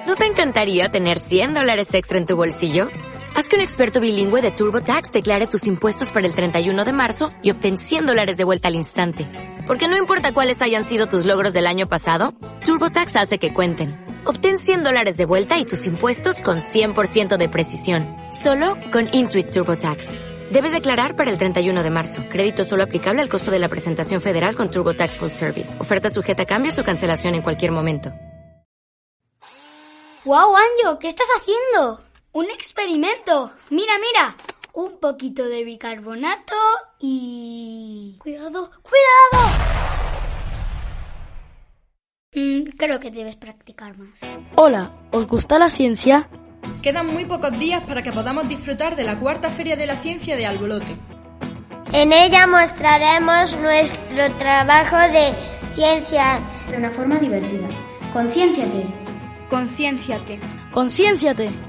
¿No te encantaría tener $100 extra en tu bolsillo? Haz que un experto bilingüe de TurboTax declare tus impuestos para el 31 de marzo y obtén $100 de vuelta al instante. Porque no importa cuáles hayan sido tus logros del año pasado, TurboTax hace que cuenten. Obtén $100 de vuelta y tus impuestos con 100% de precisión. Solo con Intuit TurboTax. Debes declarar para el 31 de marzo. Crédito solo aplicable al costo de la presentación federal con TurboTax Full Service. Oferta sujeta a cambios o cancelación en cualquier momento. ¡Guau, Anjo! ¿Qué estás haciendo? ¡Un experimento! ¡Mira, mira! Un poquito de bicarbonato y... ¡Cuidado! ¡Cuidado! Creo que debes practicar más. Hola, ¿os gusta la ciencia? Quedan muy pocos días para que podamos disfrutar de la cuarta Feria de la Ciencia de Albolote. En ella mostraremos nuestro trabajo de ciencia de una forma divertida. ¡Conciénciate! ¡Conciénciate! ¡Conciénciate!